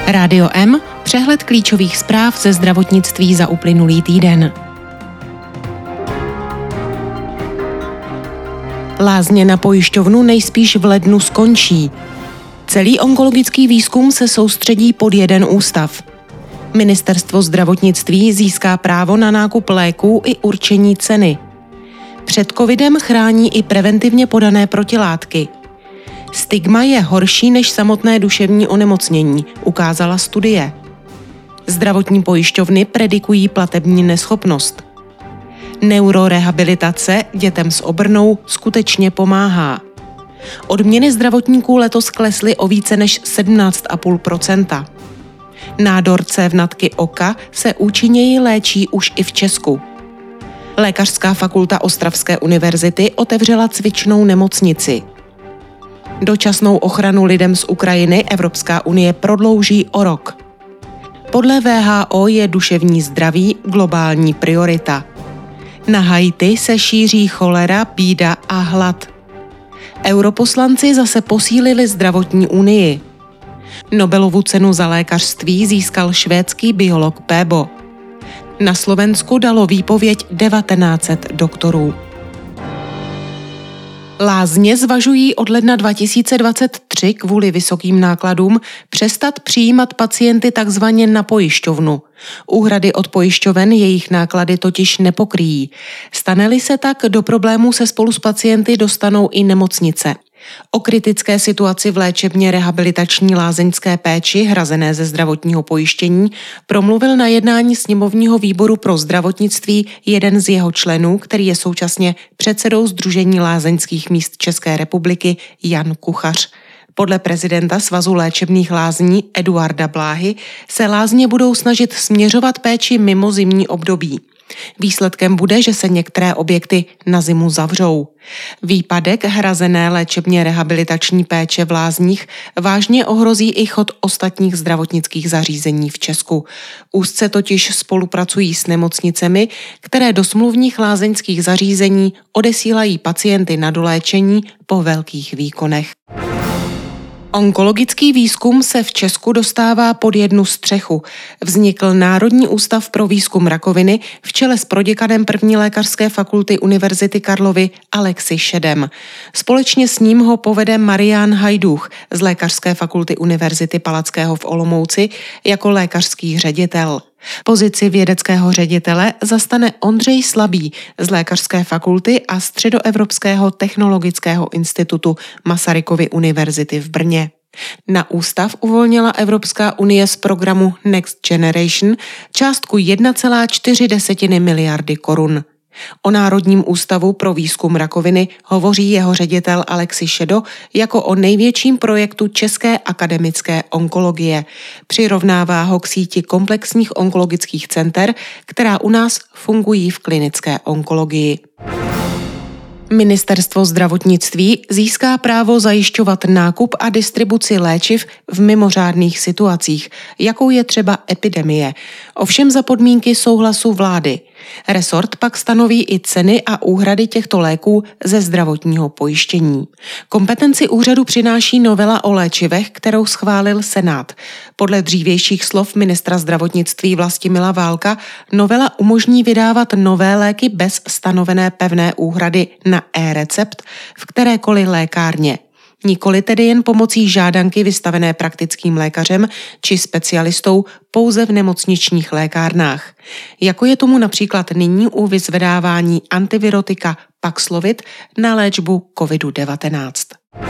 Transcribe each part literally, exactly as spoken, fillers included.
Rádio M, přehled klíčových zpráv ze zdravotnictví za uplynulý týden. Lázně na pojišťovnu nejspíš v lednu skončí. Celý onkologický výzkum se soustředí pod jeden ústav. Ministerstvo zdravotnictví získá právo na nákup léků i určení ceny. Před covidem chrání i preventivně podané protilátky. Stigma je horší než samotné duševní onemocnění, ukázala studie. Zdravotní pojišťovny predikují platební neschopnost. Neurorehabilitace dětem s obrnou skutečně pomáhá. Odměny zdravotníků letos klesly o více než sedmnáct celá pět procenta. Nádor cévnatky oka se účinněji léčí už i v Česku. Lékařská fakulta Ostravské univerzity otevřela cvičnou nemocnici. Dočasnou ochranu lidem z Ukrajiny Evropská unie prodlouží o rok. Podle W H O je duševní zdraví globální priorita. Na Haiti se šíří cholera, bída a hlad. Europoslanci zase posílili zdravotní unii. Nobelovu cenu za lékařství získal švédský biolog Pébo. Na Slovensku dalo výpověď devatenáct set doktorů. Lázně zvažují od ledna dva tisíce dvacet tři kvůli vysokým nákladům přestat přijímat pacienty takzvaně na pojišťovnu. Úhrady od pojišťoven jejich náklady totiž nepokryjí. Stane-li se tak, do problémů se spolu s pacienty dostanou i nemocnice. O kritické situaci v léčebně rehabilitační lázeňské péči hrazené ze zdravotního pojištění promluvil na jednání sněmovního výboru pro zdravotnictví jeden z jeho členů, který je současně předsedou Sdružení lázeňských míst České republiky Jan Kuchař. Podle prezidenta Svazu léčebných lázní Eduarda Bláhy se lázně budou snažit směřovat péči mimo zimní období. Výsledkem bude, že se některé objekty na zimu zavřou. Výpadek hrazené léčebně rehabilitační péče v lázních vážně ohrozí i chod ostatních zdravotnických zařízení v Česku. Úzce totiž spolupracují s nemocnicemi, které do smluvních lázeňských zařízení odesílají pacienty na doléčení po velkých výkonech. Onkologický výzkum se v Česku dostává pod jednu střechu. Vznikl Národní ústav pro výzkum rakoviny v čele s proděkanem první lékařské fakulty Univerzity Karlovy Alexi Šedem. Společně s ním ho povede Marián Hajdúch z Lékařské fakulty Univerzity Palackého v Olomouci jako lékařský ředitel. Pozici vědeckého ředitele zastane Ondřej Slabý z Lékařské fakulty a Středoevropského technologického institutu Masarykovy univerzity v Brně. Na ústav uvolnila Evropská unie z programu Next Generation částku jedna celá čtyři miliardy korun. O Národním ústavu pro výzkum rakoviny hovoří jeho ředitel Alexi Šedo jako o největším projektu české akademické onkologie. Přirovnává ho k síti komplexních onkologických center, která u nás fungují v klinické onkologii. Ministerstvo zdravotnictví získá právo zajišťovat nákup a distribuci léčiv v mimořádných situacích, jakou je třeba epidemie, ovšem za podmínky souhlasu vlády. Resort pak stanoví i ceny a úhrady těchto léků ze zdravotního pojištění. Kompetenci úřadu přináší novela o léčivech, kterou schválil Senát. Podle dřívějších slov ministra zdravotnictví Vlastimila Válka novela umožní vydávat nové léky bez stanovené pevné úhrady na e-recept v kterékoliv lékárně. Nikoli tedy jen pomocí žádanky vystavené praktickým lékařem či specialistou pouze v nemocničních lékárnách. Jako je tomu například nyní u vyzvedávání antivirotika Paxlovid na léčbu covid devatenáct.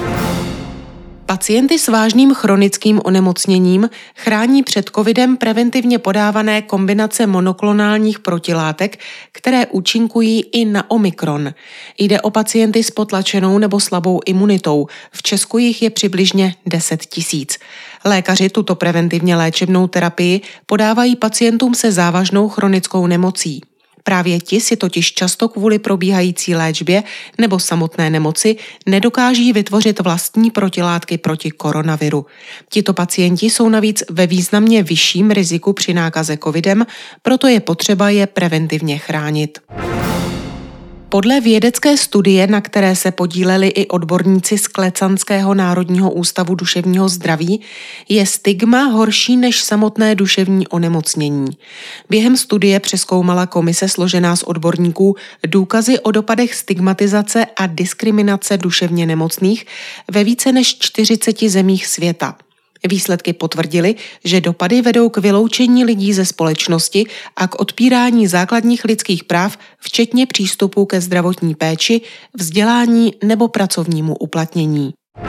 Pacienty s vážným chronickým onemocněním chrání před covidem preventivně podávané kombinace monoklonálních protilátek, které účinkují i na Omikron. Jde o pacienty s potlačenou nebo slabou imunitou. V Česku jich je přibližně deset tisíc. Lékaři tuto preventivně léčebnou terapii podávají pacientům se závažnou chronickou nemocí. Právě ti si totiž často kvůli probíhající léčbě nebo samotné nemoci nedokáží vytvořit vlastní protilátky proti koronaviru. Tito pacienti jsou navíc ve významně vyšším riziku při nákaze covidem, proto je potřeba je preventivně chránit. Podle vědecké studie, na které se podíleli i odborníci z Klecanského národního ústavu duševního zdraví, je stigma horší než samotné duševní onemocnění. Během studie přezkoumala komise složená z odborníků důkazy o dopadech stigmatizace a diskriminace duševně nemocných ve více než čtyřiceti zemích světa. Výsledky potvrdily, že dopady vedou k vyloučení lidí ze společnosti a k odpírání základních lidských práv, včetně přístupu ke zdravotní péči, vzdělání nebo pracovnímu uplatnění.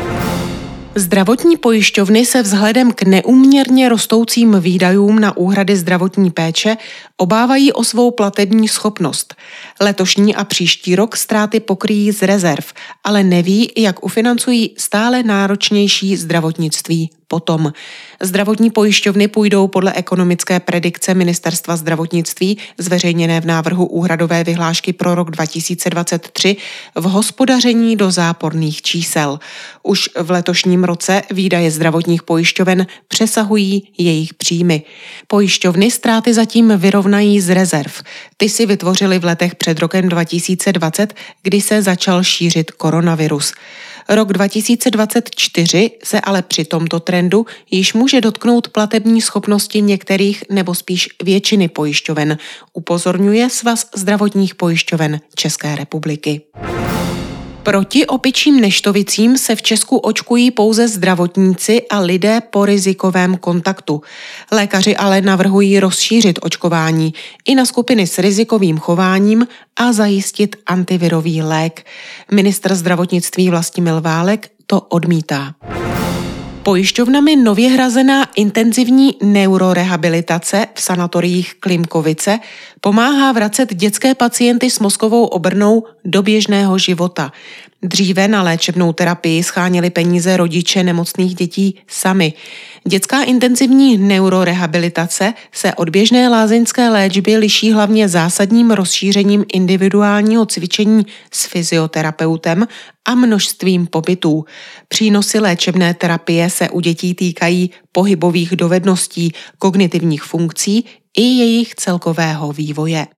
Zdravotní pojišťovny se vzhledem k neúměrně rostoucím výdajům na úhrady zdravotní péče obávají o svou platební schopnost. Letošní a příští rok ztráty pokryjí z rezerv, ale neví, jak ufinancují stále náročnější zdravotnictví potom. Zdravotní pojišťovny půjdou podle ekonomické predikce Ministerstva zdravotnictví zveřejněné v návrhu úhradové vyhlášky pro rok dva tisíce dvacet tři v hospodaření do záporných čísel. Už v letošním roce výdaje zdravotních pojišťoven přesahují jejich příjmy. Pojišťovny ztráty zatím vyrovnají z rezerv. Ty si vytvořily v letech před rokem dva tisíce dvacet, kdy se začal šířit koronavirus. Rok dva tisíce dvacet čtyři se ale při tomto trendu již může dotknout platební schopnosti některých nebo spíš většiny pojišťoven, upozorňuje Svaz zdravotních pojišťoven České republiky. Proti opičím neštovicím se v Česku očkují pouze zdravotníci a lidé po rizikovém kontaktu. Lékaři ale navrhují rozšířit očkování i na skupiny s rizikovým chováním a zajistit antivirový lék. Ministr zdravotnictví Vlastimil Válek to odmítá. Pojišťovnami nově hrazená intenzivní neurorehabilitace v sanatoriích Klimkovice pomáhá vracet dětské pacienty s mozkovou obrnou do běžného života. Dříve na léčebnou terapii scháněli peníze rodiče nemocných dětí sami. Dětská intenzivní neurorehabilitace se od běžné lázeňské léčby liší hlavně zásadním rozšířením individuálního cvičení s fyzioterapeutem a množstvím pobytů. Přínosy léčebné terapie se u dětí týkají pohybových dovedností, kognitivních funkcí i jejich celkového vývoje.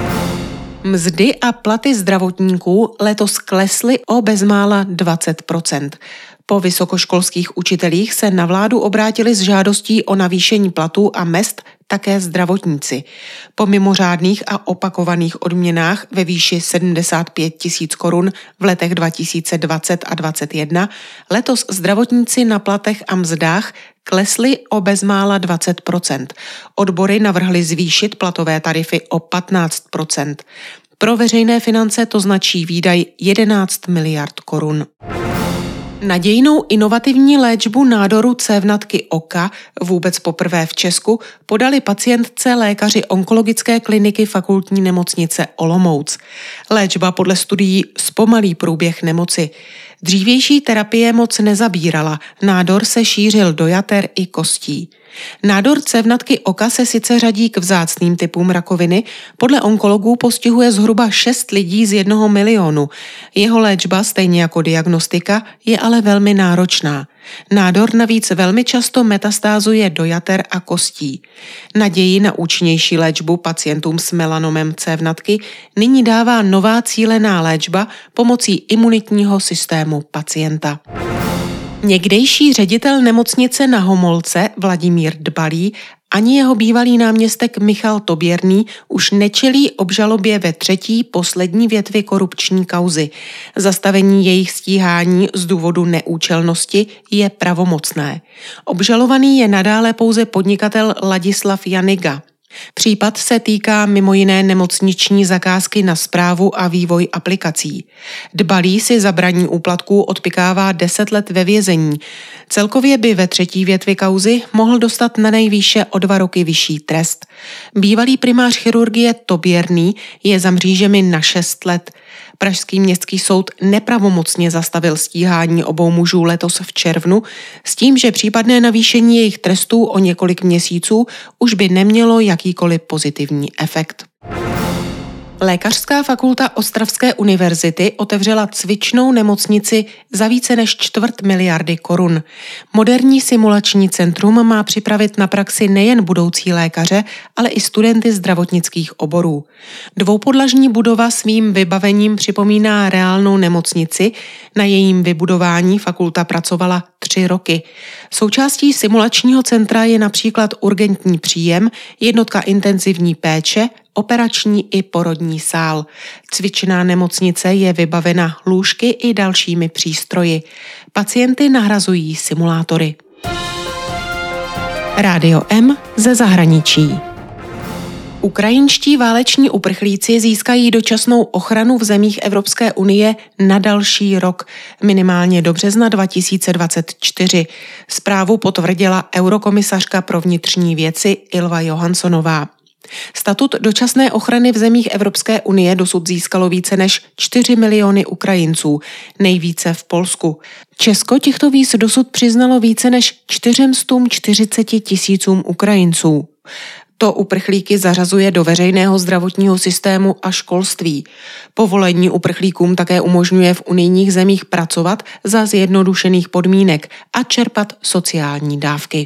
Mzdy a platy zdravotníků letos klesly o bezmála dvacet procent. Po vysokoškolských učitelích se na vládu obrátili s žádostí o navýšení platů a mezd také zdravotníci. Po mimořádných a opakovaných odměnách ve výši sedmdesát pět tisíc korun v letech dva tisíce dvacet a dvacet jedna letos zdravotníci na platech a mzdách klesly o bezmála dvacet procent. Odbory navrhly zvýšit platové tarify o patnáct procent. Pro veřejné finance to značí výdaj jedenáct miliard korun. Nadějnou inovativní léčbu nádoru cévnatky oka vůbec poprvé v Česku podali pacientce lékaři onkologické kliniky Fakultní nemocnice Olomouc. Léčba podle studií zpomalí průběh nemoci. Dřívější terapie moc nezabírala, nádor se šířil do jater i kostí. Nádor cévnatky oka se sice řadí k vzácným typům rakoviny, podle onkologů postihuje zhruba šest lidí z jednoho milionu. Jeho léčba, stejně jako diagnostika, je ale velmi náročná. Nádor navíc velmi často metastázuje do jater a kostí. Naději na účinnější léčbu pacientům s melanomem cévnatky nyní dává nová cílená léčba pomocí imunitního systému pacienta. Někdejší ředitel nemocnice na Homolce Vladimír Dbalý ani jeho bývalý náměstek Michal Toběrný už nečelí obžalobě ve třetí poslední větvi korupční kauzy. Zastavení jejich stíhání z důvodu neúčelnosti je pravomocné. Obžalovaný je nadále pouze podnikatel Ladislav Janiga. Případ se týká mimo jiné nemocniční zakázky na správu a vývoj aplikací. Dbalý si za braní úplatků odpykává deset let ve vězení. Celkově by ve třetí větvi kauzy mohl dostat na nejvýše o dva roky vyšší trest. Bývalý primář chirurgie Toběrný je za mřížemi na šest let. Pražský městský soud nepravomocně zastavil stíhání obou mužů letos v červnu s tím, že případné navýšení jejich trestů o několik měsíců už by nemělo jakýkoliv pozitivní efekt. Lékařská fakulta Ostravské univerzity otevřela cvičnou nemocnici za více než čtvrt miliardy korun. Moderní simulační centrum má připravit na praxi nejen budoucí lékaře, ale i studenty zdravotnických oborů. Dvoupodlažní budova svým vybavením připomíná reálnou nemocnici, na jejím vybudování fakulta pracovala tři roky. Součástí simulačního centra je například urgentní příjem, jednotka intenzivní péče, operační i porodní sál. Cvičná nemocnice je vybavena lůžky i dalšími přístroji. Pacienty nahrazují simulátory. Rádio M ze zahraničí. Ukrajinští váleční uprchlíci získají dočasnou ochranu v zemích Evropské unie na další rok, minimálně do března dva tisíce dvacet čtyři. Zprávu potvrdila eurokomisařka pro vnitřní věci Ylva Johanssonová. Statut dočasné ochrany v zemích Evropské unie dosud získalo více než čtyři miliony Ukrajinců, nejvíce v Polsku. Česko těchto víz dosud přiznalo více než čtyři sta čtyřicet tisícům Ukrajinců. To uprchlíky zařazuje do veřejného zdravotního systému a školství. Povolení uprchlíkům také umožňuje v unijních zemích pracovat za zjednodušených podmínek a čerpat sociální dávky.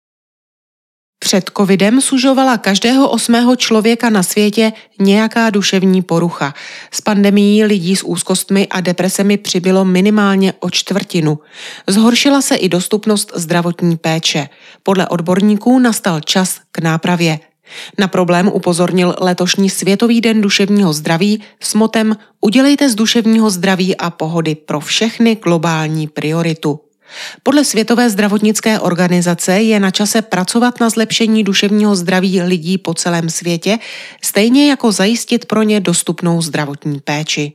Před covidem sužovala každého osmého člověka na světě nějaká duševní porucha. S pandemií lidí s úzkostmi a depresemi přibylo minimálně o čtvrtinu. Zhoršila se i dostupnost zdravotní péče. Podle odborníků nastal čas k nápravě. Na problém upozornil letošní Světový den duševního zdraví s motem Udělejte z duševního zdraví a pohody pro všechny globální prioritu. Podle Světové zdravotnické organizace je na čase pracovat na zlepšení duševního zdraví lidí po celém světě, stejně jako zajistit pro ně dostupnou zdravotní péči.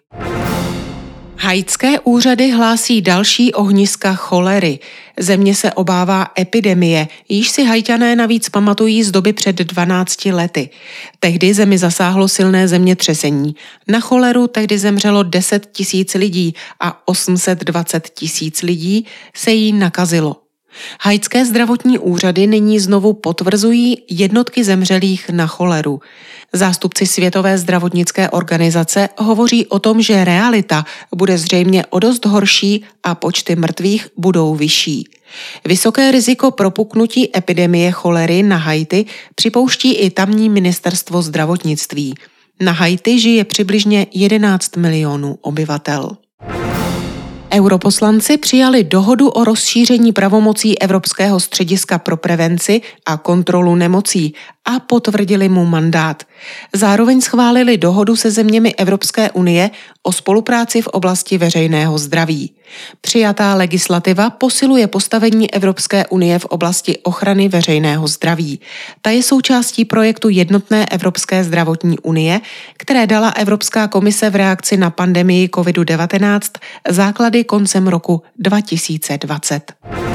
Haitské úřady hlásí další ohniska cholery. Země se obává epidemie, již si Haťané navíc pamatují z doby před dvanácti lety. Tehdy zemi zasáhlo silné zemětřesení. Na choleru tehdy zemřelo deset tisíc lidí a osm set dvacet tisíc lidí se jí nakazilo. Haitské zdravotní úřady nyní znovu potvrzují jednotky zemřelých na choleru. Zástupci Světové zdravotnické organizace hovoří o tom, že realita bude zřejmě o dost horší a počty mrtvých budou vyšší. Vysoké riziko propuknutí epidemie cholery na Haiti připouští i tamní ministerstvo zdravotnictví. Na Haiti žije přibližně jedenáct milionů obyvatel. Europoslanci přijali dohodu o rozšíření pravomocí Evropského střediska pro prevenci a kontrolu nemocí a potvrdili mu mandát. Zároveň schválili dohodu se zeměmi Evropské unie o spolupráci v oblasti veřejného zdraví. Přijatá legislativa posiluje postavení Evropské unie v oblasti ochrany veřejného zdraví. Ta je součástí projektu Jednotné Evropské zdravotní unie, které dala Evropská komise v reakci na pandemii covid devatenáct základy koncem roku dva tisíce dvacet.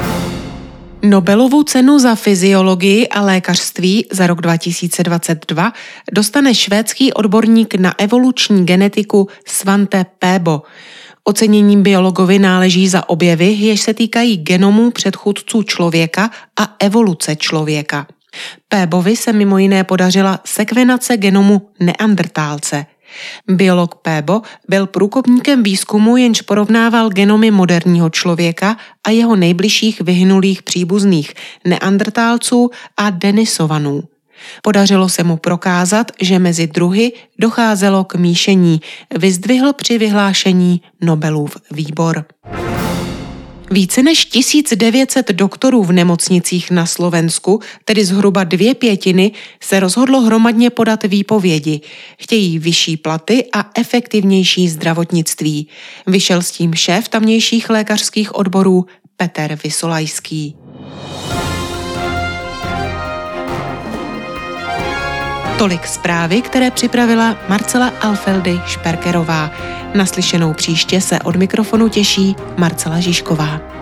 Nobelovu cenu za fyziologii a lékařství za rok dva tisíce dvacet dva dostane švédský odborník na evoluční genetiku Svante Pääbo. Oceněním biologovi náleží za objevy, jež se týkají genomů předchůdců člověka a evoluce člověka. Pääbovi se mimo jiné podařila sekvenace genomu neandrtálce. Biolog Pääbo byl průkopníkem výzkumu, jenž porovnával genomy moderního člověka a jeho nejbližších vyhynulých příbuzných neandrtálců a denisovanů. Podařilo se mu prokázat, že mezi druhy docházelo k míšení, vyzdvihl při vyhlášení Nobelův výbor. Více než tisíc devět set doktorů v nemocnicích na Slovensku, tedy zhruba dvě pětiny, se rozhodlo hromadně podat výpovědi. Chtějí vyšší platy a efektivnější zdravotnictví. Vyšel s tím šéf tamnějších lékařských odborů Peter Vysolajský. Tolik zprávy, které připravila Marcela Alfeldy Šperkerová. Naslyšenou příště se od mikrofonu těší Marcela Žižková.